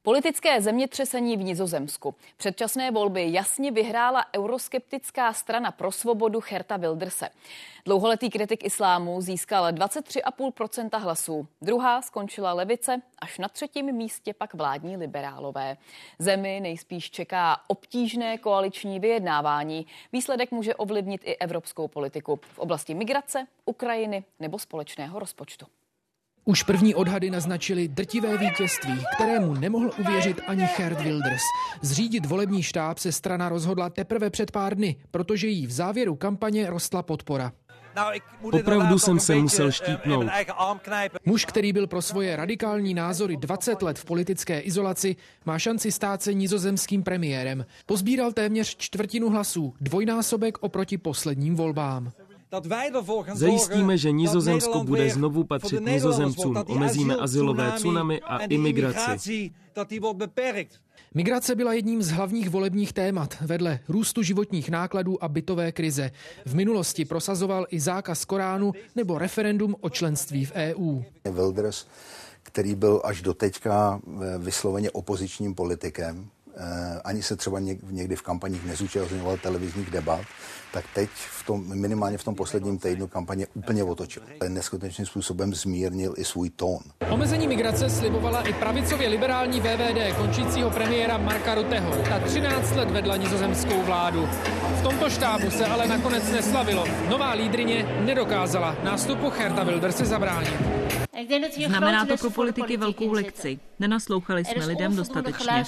Politické zemětřesení v Nizozemsku. Předčasné volby jasně vyhrála euroskeptická strana Pro svobodu Geerta Wilderse. Dlouholetý kritik islámu získal 23,5% hlasů. Druhá skončila levice, až na třetím místě pak vládní liberálové. Zemi nejspíš čeká obtížné koaliční vyjednávání. Výsledek může ovlivnit i evropskou politiku v oblasti migrace, Ukrajiny nebo společného rozpočtu. Už první odhady naznačily drtivé vítězství, kterému nemohl uvěřit ani Geert Wilders. Zřídit volební štáb se strana rozhodla teprve před pár dny, protože jí v závěru kampaně rostla podpora. Opravdu jsem se musel štípnout. Muž, který byl pro svoje radikální názory 20 let v politické izolaci, má šanci stát se nizozemským premiérem. Pozbíral téměř čtvrtinu hlasů, dvojnásobek oproti posledním volbám. Zajistíme, že Nizozemsko bude znovu patřit Nizozemcům. Omezíme azylové tsunami a imigraci. Migrace byla jedním z hlavních volebních témat vedle růstu životních nákladů a bytové krize. V minulosti prosazoval i zákaz Koránu nebo referendum o členství v EU. Wilders, který byl až doteďka vysloveně opozičním politikem, ani se třeba někdy v kampaních nezúčastňoval televizních debat, tak teď minimálně v tom posledním týdnu kampaně úplně otočil. Neskutečným způsobem zmírnil i svůj tón. Omezení migrace slibovala i pravicově liberální VVD končícího premiéra Marka Rutteho. Ta 13 let vedla nizozemskou vládu. V tomto štábu se ale nakonec neslavilo. Nová lídryně nedokázala nástupu Geerta Wilderse zabránit. Znamená to pro politiky velkou lekci. Nenaslouchali jsme lidem dostatečně.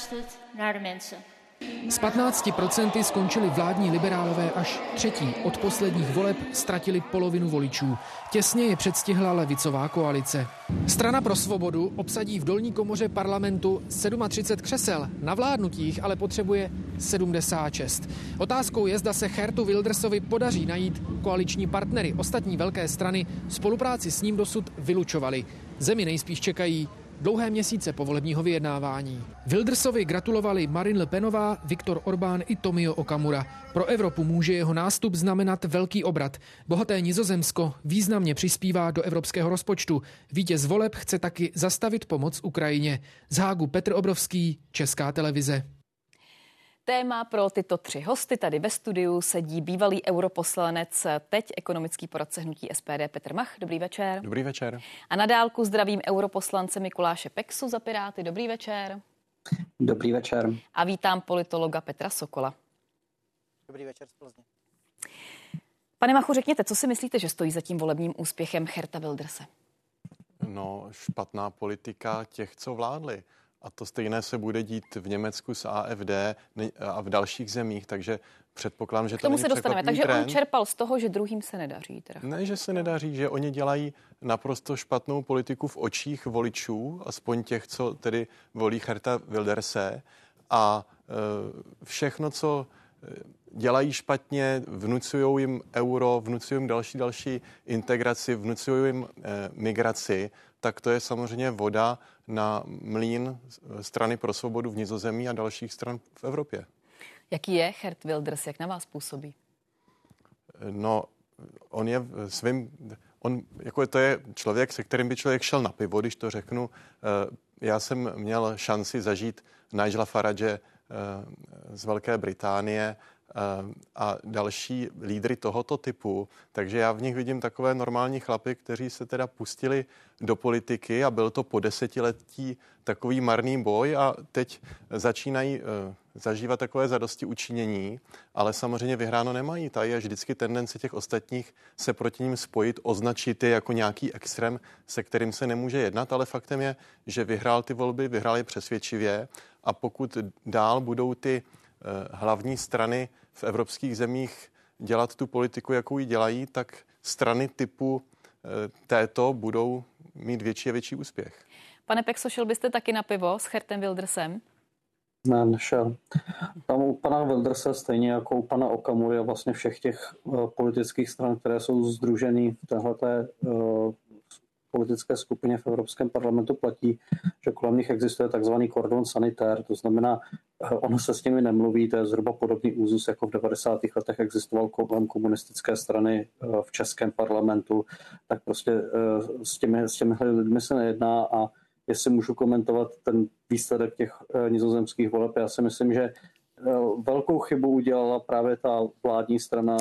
Z 15% skončili vládní liberálové až třetí. Od posledních voleb ztratili polovinu voličů. Těsně je předstihla levicová koalice. Strana Pro svobodu obsadí v dolní komoře parlamentu 37 křesel. Na vládnutích ale potřebuje 76. Otázkou je, zda se Geertu Wildersovi podaří najít koaliční partnery. Ostatní velké strany spolupráci s ním dosud vylučovaly. Zemi nejspíš čekají dlouhé měsíce povolebního vyjednávání. Wildersovi gratulovali Marine Le Penová, Viktor Orbán i Tomio Okamura. Pro Evropu může jeho nástup znamenat velký obrat. Bohaté Nizozemsko významně přispívá do evropského rozpočtu. Vítěz voleb chce taky zastavit pomoc Ukrajině. Z Hágu Petr Obrovský, Česká televize. Téma pro tyto tři hosty tady ve studiu sedí bývalý europoslanec, teď ekonomický poradce hnutí SPD Petr Mach. Dobrý večer. Dobrý večer. A na dálku zdravím europoslance Mikuláše Peksu za Piráty. Dobrý večer. Dobrý večer. A vítám politologa Petra Sokola. Dobrý večer z Plzně. Pane Machu, řekněte, co si myslíte, že stojí za tím volebním úspěchem Geerta Wilderse? No, špatná politika těch, co vládli. A to stejné se bude dít v Německu s AfD a v dalších zemích, takže předpokládám, že to není překvapivý trend. Takže on čerpal z toho, že druhým se nedaří. Teda. Ne, že se nedaří, že oni dělají naprosto špatnou politiku v očích voličů, aspoň těch, co tedy volí Geerta Wilderse. A všechno, co dělají špatně, vnucují jim euro, vnucují jim další integraci, vnucují jim migraci, tak to je samozřejmě voda na mlýn strany Pro svobodu v Nizozemí a dalších stran v Evropě. Jaký je Geert Wilders, jak na vás působí? No, to je člověk, se kterým by člověk šel na pivo, když to řeknu. Já jsem měl šanci zažít Nigela Farage z Velké Británie a další lídry tohoto typu, takže já v nich vidím takové normální chlapy, kteří se teda pustili do politiky a byl to po desetiletí takový marný boj a teď začínají zažívat takové zadosti učinění, ale samozřejmě vyhráno nemají. Tady je vždycky tendence těch ostatních se proti ním spojit, označit je jako nějaký extrém, se kterým se nemůže jednat, ale faktem je, že vyhrál ty volby, vyhrál je přesvědčivě a pokud dál budou ty hlavní strany v evropských zemích dělat tu politiku, jakou ji dělají, tak strany typu této budou mít větší a větší úspěch. Pane Pekso, šel byste taky na pivo s Geertem Wildersem? Ne, nešel. Tam u pana Wilderse, stejně jako u pana Okamury a vlastně všech těch politických stran, které jsou sdružený v téhleté politické skupině v Evropském parlamentu, platí, že kolem nich existuje takzvaný kordon sanitér, to znamená, ono se s nimi nemluví, to je zhruba podobný úzus, jako v 90. letech existoval kolem komunistické strany v českém parlamentu, tak prostě s těmi lidmi se nejedná a jestli můžu komentovat ten výsledek těch nizozemských voleb. Já si myslím, že velkou chybu udělala právě ta vládní strana,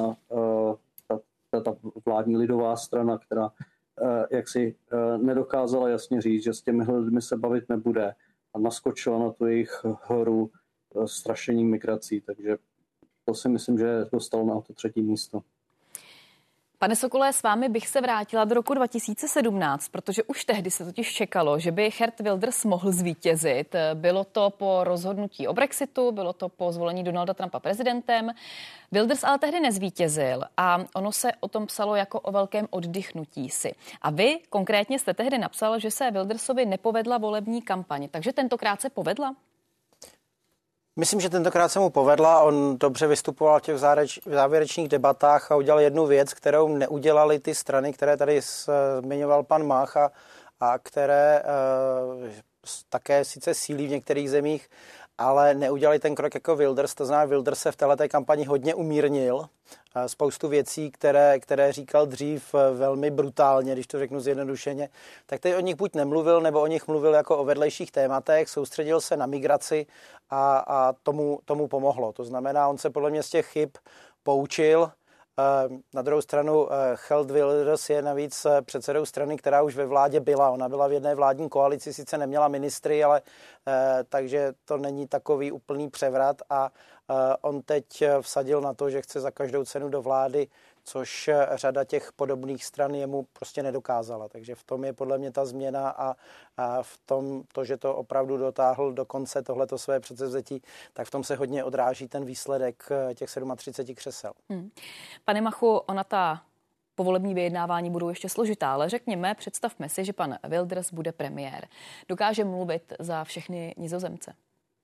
ta vládní lidová strana, která jaksi nedokázala jasně říct, že s těmi lidmi se bavit nebude a naskočila na tu jejich hru strašení migrací. Takže to si myslím, že dostalo na to 3. místo. Pane Sokole, s vámi bych se vrátila do roku 2017, protože už tehdy se totiž čekalo, že by Geert Wilders mohl zvítězit. Bylo to po rozhodnutí o Brexitu, bylo to po zvolení Donalda Trumpa prezidentem. Wilders ale tehdy nezvítězil a ono se o tom psalo jako o velkém oddychnutí si. A vy konkrétně jste tehdy napsal, že se Wildersovi nepovedla volební kampaň, takže tentokrát se povedla? Myslím, že tentokrát se mu povedla. On dobře vystupoval v těch závěrečných debatách a udělal jednu věc, kterou neudělali ty strany, které tady zmiňoval pan Mach a které také sice sílí v některých zemích, ale neudělali ten krok jako Wilders. To znamená, Wilders se v této kampani hodně umírnil. Spoustu věcí, které říkal dřív velmi brutálně, když to řeknu zjednodušeně, tak teď o nich buď nemluvil, nebo o nich mluvil jako o vedlejších tématech, soustředil se na migraci a tomu pomohlo. To znamená, on se podle mě z těch chyb poučil. Na druhou stranu Geert Wilders je navíc předsedou strany, která už ve vládě byla. Ona byla v jedné vládní koalici, sice neměla ministry, ale takže to není takový úplný převrat a on teď vsadil na to, že chce za každou cenu do vlády, což řada těch podobných stran jemu prostě nedokázala. Takže v tom je podle mě ta změna a v tom to, že to opravdu dotáhl do konce tohleto své předsevzetí, tak v tom se hodně odráží ten výsledek těch 37 křesel. Pane Machu, ona ta povolební vyjednávání budou ještě složitá, ale řekněme, představme si, že pan Wilders bude premiér. Dokáže mluvit za všechny Nizozemce?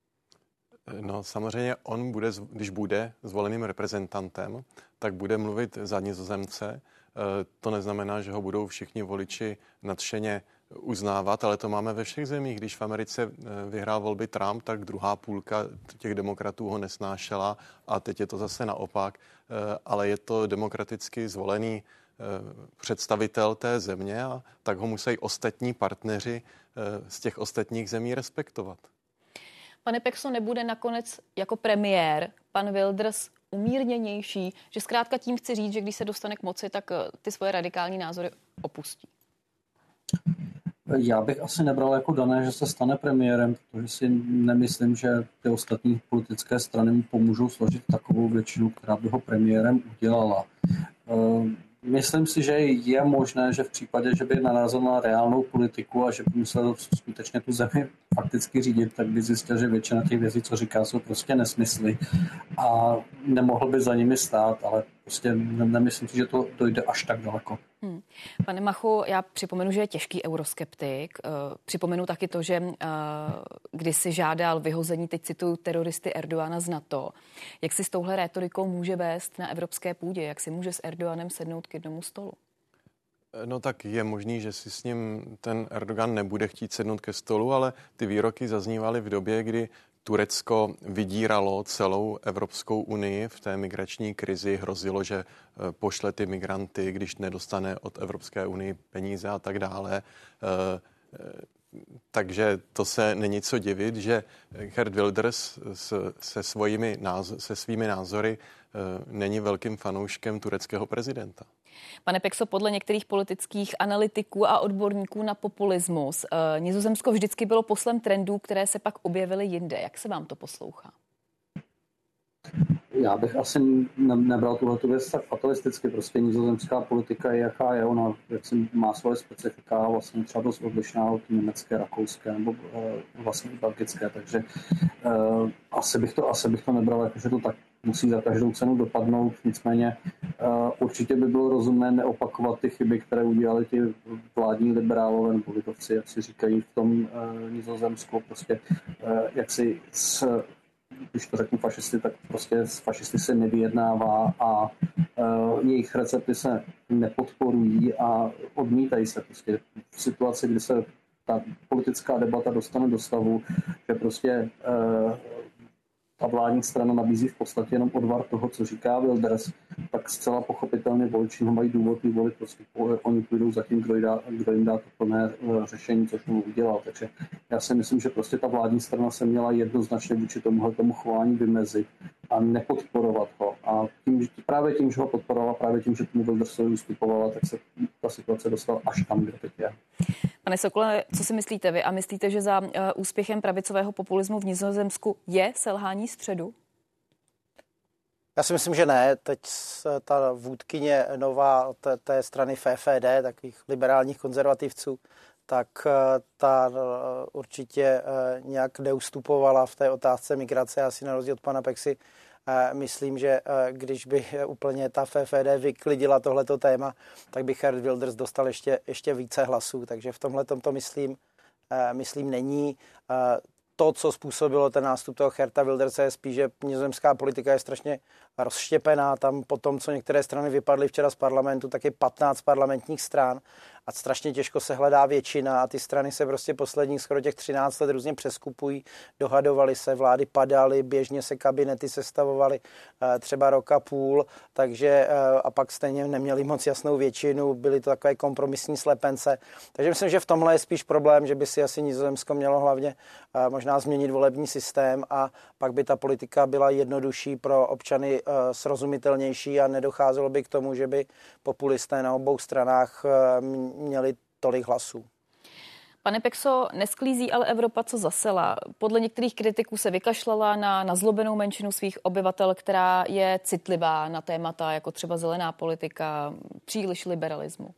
No samozřejmě on bude, když bude zvoleným reprezentantem, tak bude mluvit za Nizozemce. To neznamená, že ho budou všichni voliči nadšeně uznávat, ale to máme ve všech zemích. Když v Americe vyhrál volby Trump, tak druhá půlka těch demokratů ho nesnášela a teď je to zase naopak. Ale je to demokraticky zvolený představitel té země a tak ho musí ostatní partneři z těch ostatních zemí respektovat. Pane Pexo, nebude nakonec jako premiér pan Wilders umírněnější, že zkrátka tím chci říct, že když se dostane k moci, tak ty svoje radikální názory opustí? Já bych asi nebral jako dané, že se stane premiérem, protože si nemyslím, že ty ostatní politické strany mu pomůžou složit takovou většinu, která by ho premiérem udělala. Myslím si, že je možné, že v případě, že by narazil na reálnou politiku a že by musel skutečně tu zemi fakticky řídit, tak by zjistil, že většina těch věcí, co říká, jsou prostě nesmysly a nemohl by za nimi stát, ale prostě nemyslím si, že to dojde až tak daleko. Pane Machu, já připomenu, že je těžký euroskeptik. Připomenu taky to, že kdysi žádal vyhození, teď cituju, teroristy Erdogana z NATO. Jak si s touhle rétorikou může vést na evropské půdě? Jak si může s Erdoganem sednout k jednomu stolu? No tak je možný, že si s ním ten Erdogan nebude chtít sednout ke stolu, ale ty výroky zaznívaly v době, kdy Turecko vydíralo celou Evropskou unii v té migrační krizi, hrozilo, že pošle ty migranty, když nedostane od Evropské unie peníze a tak dále. Takže to se není co divit, že Geert Wilders se svými názory není velkým fanouškem tureckého prezidenta. Pane Pexo, podle některých politických analytiků a odborníků na populismus Nizozemsko vždycky bylo poslem trendů, které se pak objevily jinde. Jak se vám to poslouchá? Já bych asi nebral tuhletu věc tak fatalisticky. Prostě nizozemská politika je, jaká je. Ona má svoje specifika a vlastně třeba dost odlišná od německé, rakouské nebo vlastně belgické. Takže asi bych to nebral, jako, že to tak musí za každou cenu dopadnout. Nicméně určitě by bylo rozumné neopakovat ty chyby, které udělali ty vládní liberálové nebo lidovci, jak si říkají v tom Nizozemsku. Prostě jak si když to řeknu fašisty, tak prostě s fašisty se nevyjednává a jejich recepty se nepodporují a odmítají se. Prostě v situaci, kdy se ta politická debata dostane do stavu, že prostě ta vládní strana nabízí v podstatě jenom odvar toho, co říká Wilders, tak tak zcela pochopitelně voliči mají důvod volit, prostě oni půjdou za tím, kdo jim dá to plné řešení, což mu udělal. Takže já si myslím, že prostě ta vládní strana se měla jednoznačně vůči tomu chování vymezit a nepodporovat ho. A právě tím, že ho podporovala, právě tím, že tomu Wildersovi vystupovala, tak se ta situace dostala až tam, kde teď je. Pane Sokole, co si myslíte vy? A myslíte, že za úspěchem pravicového populismu v Nizozemsku je selhání středu? Já si myslím, že ne. Teď ta vůdkyně nová té strany FFD, takových liberálních konzervativců, tak ta určitě nějak neustupovala v té otázce migrace, asi na rozdíl od pana Peksy. Myslím, že když by úplně ta FFD vyklidila tohleto téma, tak by Geert Wilders dostal ještě více hlasů. Takže v tomhletom to myslím není. To, co způsobilo ten nástup toho Geerta Wilderse, je spíš, že nizozemská politika je strašně rozštěpená. Tam po tom, co některé strany vypadly včera z parlamentu, tak je 15 parlamentních stran a strašně těžko se hledá většina a ty strany se prostě posledních skoro těch 13 let různě přeskupují, dohadovaly se, vlády padaly, běžně se kabinety sestavovaly třeba rok a půl, takže a pak stejně neměli moc jasnou většinu, byly to takové kompromisní slepence. Takže myslím, že v tomhle je spíš problém, že by si asi Nizozemsko mělo hlavně možná změnit volební systém a pak by ta politika byla jednodušší pro občany, srozumitelnější a nedocházelo by k tomu, že by populisté na obou stranách měli tolik hlasů. Pane Pekso, nesklízí ale Evropa co zasela. Podle některých kritiků se vykašlala na nazlobenou menšinu svých obyvatel, která je citlivá na témata jako třeba zelená politika, příliš liberalismu.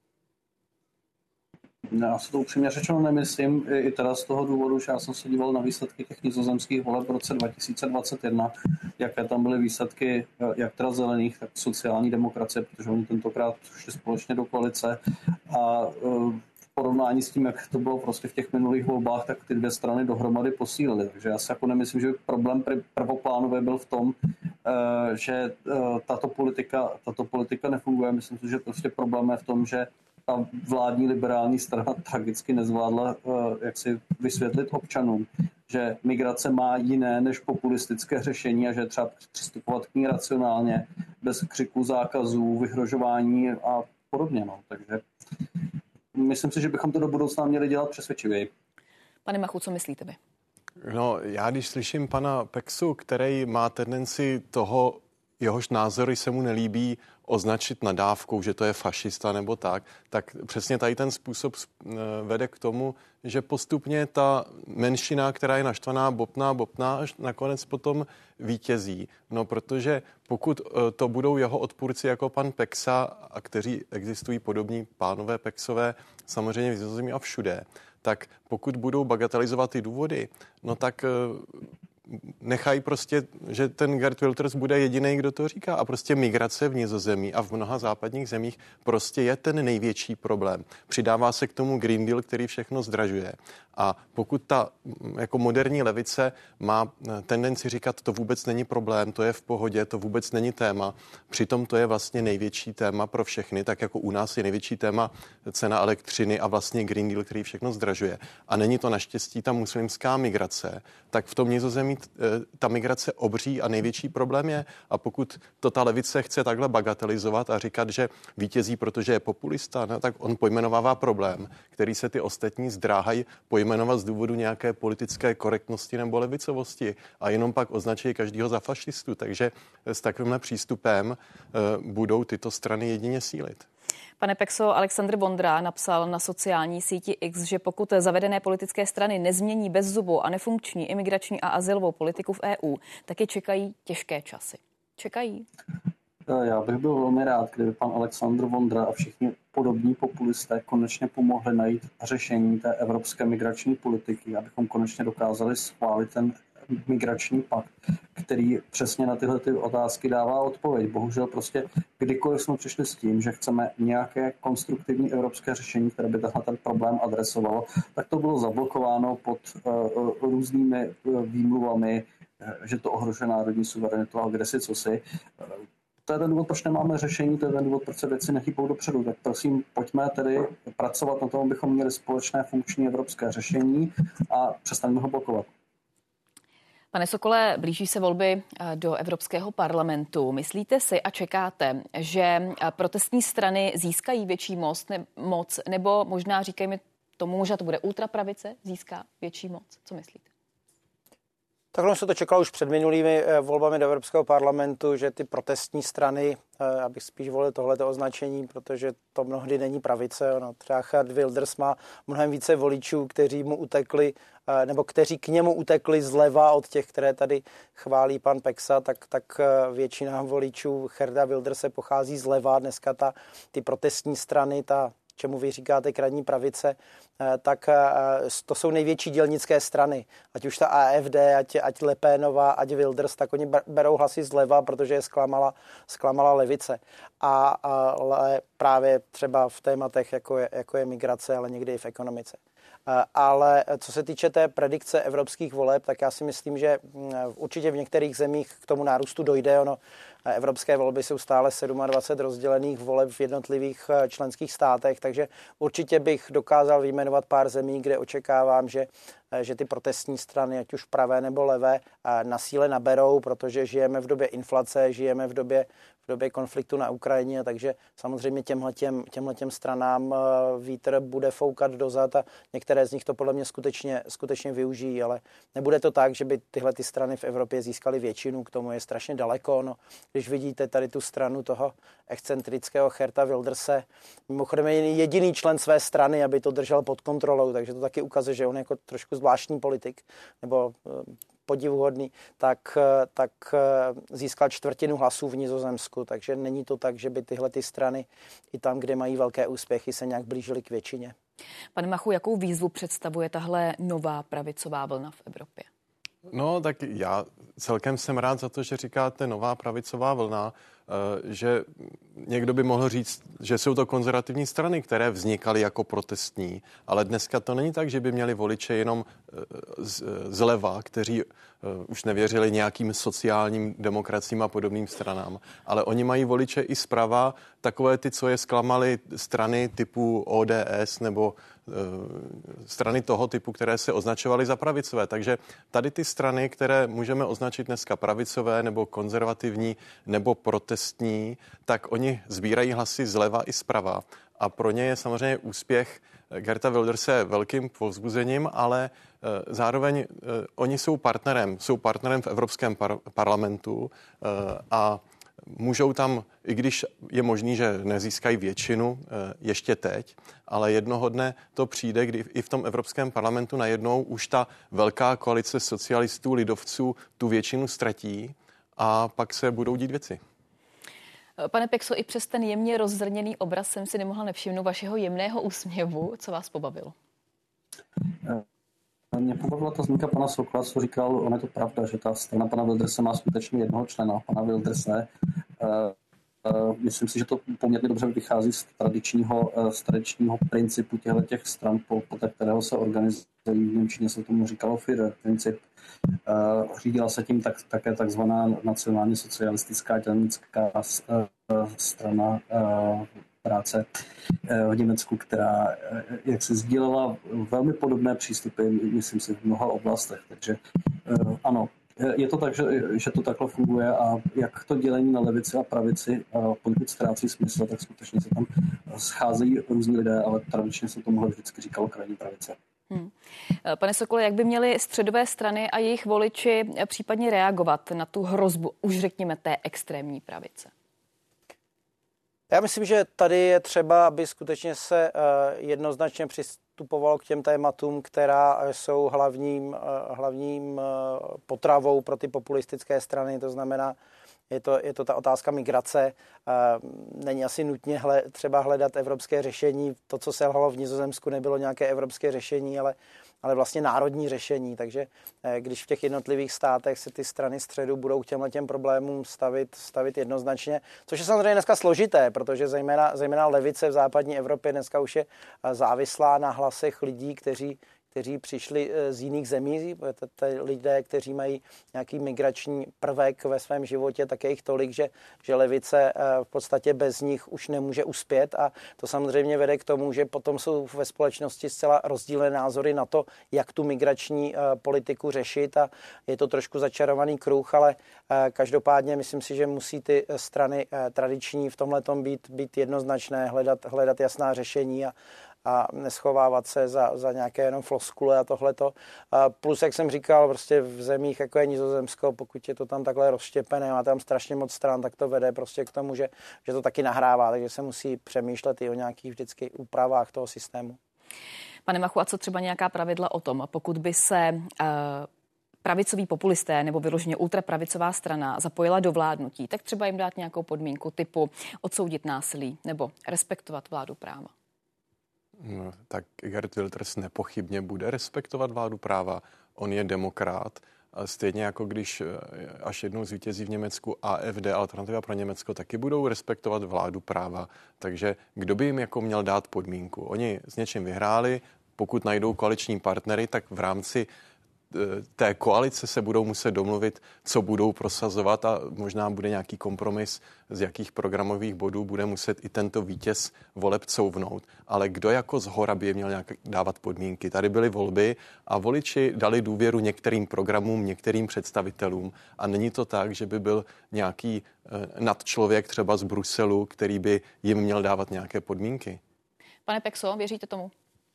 Já si to upřímně řečeno nemyslím, i teda z toho důvodu, že já jsem se díval na výsledky těch nizozemských voleb v roce 2021, jaké tam byly výsledky jak teda zelených, tak sociální demokracie, protože oni tentokrát šli společně do koalice a v porovnání s tím, jak to bylo prostě v těch minulých volbách, tak ty dvě strany dohromady posílily. Takže já si jako nemyslím, že problém prvoplánově byl v tom, že tato politika nefunguje. Myslím si, že prostě problém je v tom, že ta vládní liberální strana tragicky nezvládla jak si vysvětlit občanům, že migrace má jiné než populistické řešení a že třeba přistupovat k ní racionálně, bez křiku, zákazů, vyhrožování a podobně. No. Takže myslím si, že bychom to do budoucna měli dělat přesvědčivěji. Pane Machu, co myslíte vy? No, já když slyším pana Peksu, který má tendenci toho, jehož názory se mu nelíbí, označit nadávkou, že to je fašista nebo tak přesně tady ten způsob vede k tomu, že postupně ta menšina, která je naštvaná, bobtná, až nakonec potom vítězí. No, protože pokud to budou jeho odpůrci jako pan Peksa, a kteří existují podobní pánové Peksové, samozřejmě v Nizozemí a všude, tak pokud budou bagatelizovat ty důvody, no tak nechají prostě, že ten Geert Wilders bude jediný, kdo to říká. A prostě migrace v Nizozemí a v mnoha západních zemích prostě je ten největší problém. Přidává se k tomu Green Deal, který všechno zdražuje. A pokud ta jako moderní levice má tendenci říkat, to vůbec není problém, to je v pohodě, to vůbec není téma, přitom to je vlastně největší téma pro všechny, tak jako u nás je největší téma cena elektřiny a vlastně Green Deal, který všechno zdražuje. A není to naštěstí ta muslimská migrace, tak v tom Nizozemí ta migrace obří a největší problém je. A pokud to ta levice chce takhle bagatelizovat a říkat, že vítězí, protože je populista, no, tak on pojmenovává problém, který se ty ostatní zdráhají pojmenovat z důvodu nějaké politické korektnosti nebo levicovosti a jenom pak označí každýho za fašistu. Takže s takovýmhle přístupem budou tyto strany jedině sílit. Pane Pekso, Alexandr Vondra napsal na sociální síti X, že pokud zavedené politické strany nezmění bezzubou a nefunkční imigrační a azylovou politiku v EU, tak je čekají těžké časy. Čekají? Já bych byl velmi rád, kdyby pan Alexandr Vondra a všichni podobní populisté konečně pomohli najít řešení té evropské migrační politiky, abychom konečně dokázali schválit ten migrační pakt, který přesně na tyhle ty otázky dává odpověď. Bohužel prostě kdykoliv jsme přišli s tím, že chceme nějaké konstruktivní evropské řešení, které by ten problém adresovalo, tak to bylo zablokováno pod různými výmluvami, že to ohrožuje národní suverenitu a kde si cosi. To je ten důvod, proč nemáme řešení, to je ten důvod, proč se věci nehýbou dopředu. Tak prosím, pojďme tedy pracovat na tom, abychom měli společné funkční evropské řešení a přestaňme ho blokovat. Pane Sokole, blíží se volby do Evropského parlamentu. Myslíte si a čekáte, že protestní strany získají větší moc, nebo možná říkejme tomu, možná to bude ultrapravice, získá větší moc? Co myslíte? Takhle se to čekalo už před minulými volbami do Evropského parlamentu, že ty protestní strany, abych spíš volil tohleto označení, protože to mnohdy není pravice. Třeba Geert Wilders má mnohem více voličů, kteří mu utekli, nebo kteří k němu utekli zleva od těch, které tady chválí pan Peksa, tak většina voličů Geerta Wilderse pochází zleva. Dneska ty protestní strany, čemu vy říkáte krajní pravice, tak to jsou největší dělnické strany. Ať už ta AfD, ať Le Penová, ať Wilders, tak oni berou hlasy zleva, protože je zklamala levice. Ale právě třeba v tématech, jako je migrace, ale někdy i v ekonomice. Ale co se týče té predikce evropských voleb, tak já si myslím, že určitě v některých zemích k tomu nárůstu dojde. Evropské volby jsou stále 27 rozdělených voleb v jednotlivých členských státech, takže určitě bych dokázal vyjmenovat pár zemí, kde očekávám, že ty protestní strany, ať už pravé nebo levé, na síle naberou, protože žijeme v době inflace, žijeme v době konfliktu na Ukrajině, takže samozřejmě těmhletěm stranám vítr bude foukat dozad a některé z nich to podle mě skutečně využijí, ale nebude to tak, že by tyhle ty strany v Evropě získaly většinu, k tomu je strašně daleko. Když vidíte tady tu stranu toho excentrického Geerta Wilderse, mimochodem je jediný člen své strany, aby to držel pod kontrolou, takže to taky ukazuje, že on je jako trošku zvláštní politik, nebo podivuhodný, tak získal 1/4 hlasů v Nizozemsku, takže není to tak, že by tyhle ty strany i tam, kde mají velké úspěchy, se nějak blížily k většině. Pane Machu, jakou výzvu představuje tahle nová pravicová vlna v Evropě? No, tak já celkem jsem rád za to, že říkáte nová pravicová vlna, že někdo by mohl říct, že jsou to konzervativní strany, které vznikaly jako protestní, ale dneska to není tak, že by měli voliče jenom zleva, kteří už nevěřili nějakým sociálním demokraciím a podobným stranám, ale oni mají voliče i zprava, takové ty, co je zklamaly strany typu ODS nebo strany toho typu, které se označovaly za pravicové. Takže tady ty strany, které můžeme označit dneska pravicové nebo konzervativní nebo protestní, tak oni sbírají hlasy zleva i zprava. A pro ně je samozřejmě úspěch Geerta Wilderse velkým povzbuzením, ale zároveň oni jsou partnerem v Evropském parlamentu a můžou tam, i když je možný, že nezískají většinu ještě teď, ale jednoho dne to přijde, kdy i v tom Evropském parlamentu najednou už ta velká koalice socialistů, lidovců tu většinu ztratí a pak se budou dít věci. Pane Pekso, i přes ten jemně rozzrněný obraz jsem si nemohla nevšimnout vašeho jemného úsměvu. Co vás pobavilo? Mě pobavila ta zmínka pana Sokola, co říkal, ono je to pravda, že ta strana pana Wilderse má skutečně jednoho člena, pana Wilderse. Myslím si, že to poměrně dobře vychází z tradičního principu těchto stran, podle kterého se organizují. V němčině se tomu říkalo Führer princip. Řídila se tím také takzvaná nacionálně socialistická dělnická strana práce v Německu, která jak se sdílela velmi podobné přístupy, myslím si, v mnoha oblastech. Takže ano, je to tak, že to takhle funguje a jak to dělení na levici a pravici pokud ztrácí smysl, tak skutečně se tam scházejí různí lidé, ale tradičně se tomuhle vždycky říkalo krajní pravice. Pane Sokole, jak by měly středové strany a jejich voliči případně reagovat na tu hrozbu, už řekněme, té extrémní pravice? Já myslím, že tady je třeba, aby skutečně se jednoznačně přistupovalo k těm tématům, která jsou hlavním potravou pro ty populistické strany, to znamená, je to ta otázka migrace. Není asi nutně třeba hledat evropské řešení. To, co se hledalo v Nizozemsku, nebylo nějaké evropské řešení, ale vlastně národní řešení. Takže když v těch jednotlivých státech se ty strany středu budou k těmhletěm problémům stavit jednoznačně, což je samozřejmě dneska složité, protože zejména levice v západní Evropě dneska už je závislá na hlasech lidí, kteří kteří přišli z jiných zemí, lidé, kteří mají nějaký migrační prvek ve svém životě, tak je jich tolik, že levice v podstatě bez nich už nemůže uspět a to samozřejmě vede k tomu, že potom jsou ve společnosti zcela rozdílné názory na to, jak tu migrační politiku řešit a je to trošku začarovaný kruh, ale každopádně myslím si, že musí ty strany tradiční v tomhletom být jednoznačné, hledat jasná řešení a neschovávat se za nějaké jenom floskule a tohleto. Plus, jak jsem říkal, prostě v zemích, jako je Nizozemsko, pokud je to tam takhle rozštěpené, má tam strašně moc stran, tak to vede prostě k tomu, že to taky nahrává, takže se musí přemýšlet i o nějakých vždycky úpravách toho systému. Pane Machu, a co třeba nějaká pravidla o tom, pokud by se pravicoví populisté nebo vyloženě ultrapravicová strana zapojila do vládnutí, tak třeba jim dát nějakou podmínku typu odsoudit násilí nebo respektovat vládu práva? No, tak Geert Wilders nepochybně bude respektovat vládu práva. On je demokrat. Stejně jako když až jednou zvítězí v Německu AfD, Alternativa pro Německo, taky budou respektovat vládu práva. Takže kdo by jim jako měl dát podmínku? Oni s něčím vyhráli, pokud najdou koaliční partnery, tak v rámci té koalice se budou muset domluvit, co budou prosazovat a možná bude nějaký kompromis, z jakých programových bodů bude muset i tento vítěz voleb couvnout. Ale kdo jako zhora by je měl nějak dávat podmínky? Tady byly volby a voliči dali důvěru některým programům, některým představitelům a není to tak, že by byl nějaký nadčlověk třeba z Bruselu, který by jim měl dávat nějaké podmínky. Pane Pekso, věříte tomu?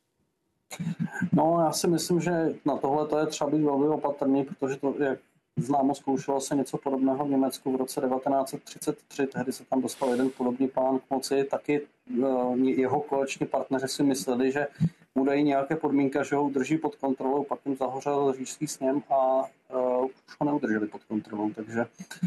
No, já si myslím, že na tohle to je třeba být velmi opatrný, protože to, jak známo, zkoušelo se něco podobného v Německu v roce 1933, tehdy se tam dostal jeden podobný pán k moci, taky jeho koaliční partneři si mysleli, že mu dají nějaké podmínky, že ho udrží pod kontrolou, pak jim zahořel říšský sněm a už ho neudrželi pod kontrolou, takže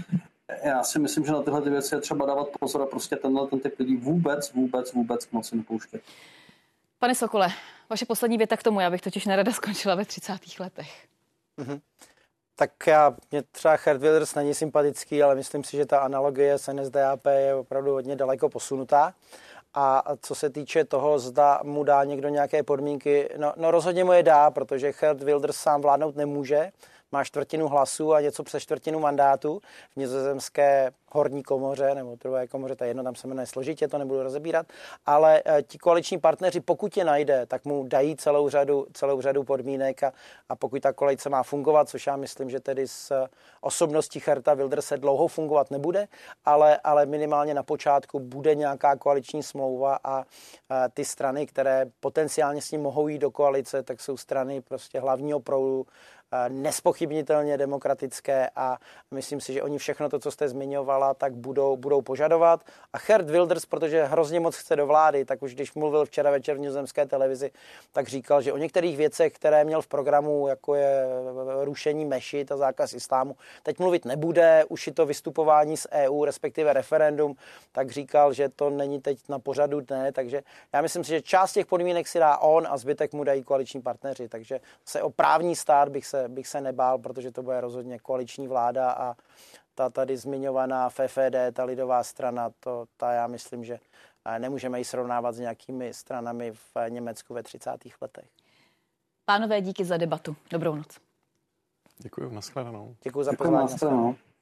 já si myslím, že na tyhle věci je třeba dávat pozor a prostě ten typ lidí vůbec k moci nepouštět. Pane Sokole, vaše poslední věta k tomu, já bych totiž nerada skončila ve 30. letech. Mm-hmm. Tak mě třeba Geert Wilders není sympatický, ale myslím si, že ta analogie s NSDAP je opravdu hodně daleko posunutá. A co se týče toho, zda mu dá někdo nějaké podmínky, no rozhodně mu je dá, protože Geert Wilders sám vládnout nemůže. Má 1/4 hlasů a něco přes 1/4 mandátu v nizozemské horní komoře nebo druhé komoře, to je jedno, tam se jmenuje složitě, to nebudu rozebírat, ale ti koaliční partneři, pokud je najde, tak mu dají celou řadu podmínek a pokud ta koalice má fungovat, což já myslím, že tedy s osobností Geerta Wilderse dlouho fungovat nebude, ale minimálně na počátku bude nějaká koaliční smlouva a ty strany, které potenciálně s ním mohou jít do koalice, tak jsou strany prostě hlavního proudu, nespochybnitelně demokratické a myslím si, že oni všechno to, co jste zmiňovala, tak budou požadovat. A Geert Wilders, protože hrozně moc chce do vlády, tak už když mluvil včera večer v nizozemské televizi, tak říkal, že o některých věcech, které měl v programu, jako je rušení mešit a zákaz islámu, teď mluvit nebude, už je to vystupování z EU, respektive referendum, tak říkal, že to není teď na pořadu dne, takže já myslím si, že část těch podmínek si dá on a zbytek mu dají koaliční partneři, takže se o právní stát bych se nebál, protože to bude rozhodně koaliční vláda a ta tady zmiňovaná FFD, ta lidová strana, ta já myslím, že nemůžeme ji srovnávat s nějakými stranami v Německu ve 30. letech. Pánové, díky za debatu. Dobrou noc. Děkuji, nashledanou. Děkuji za pozvání.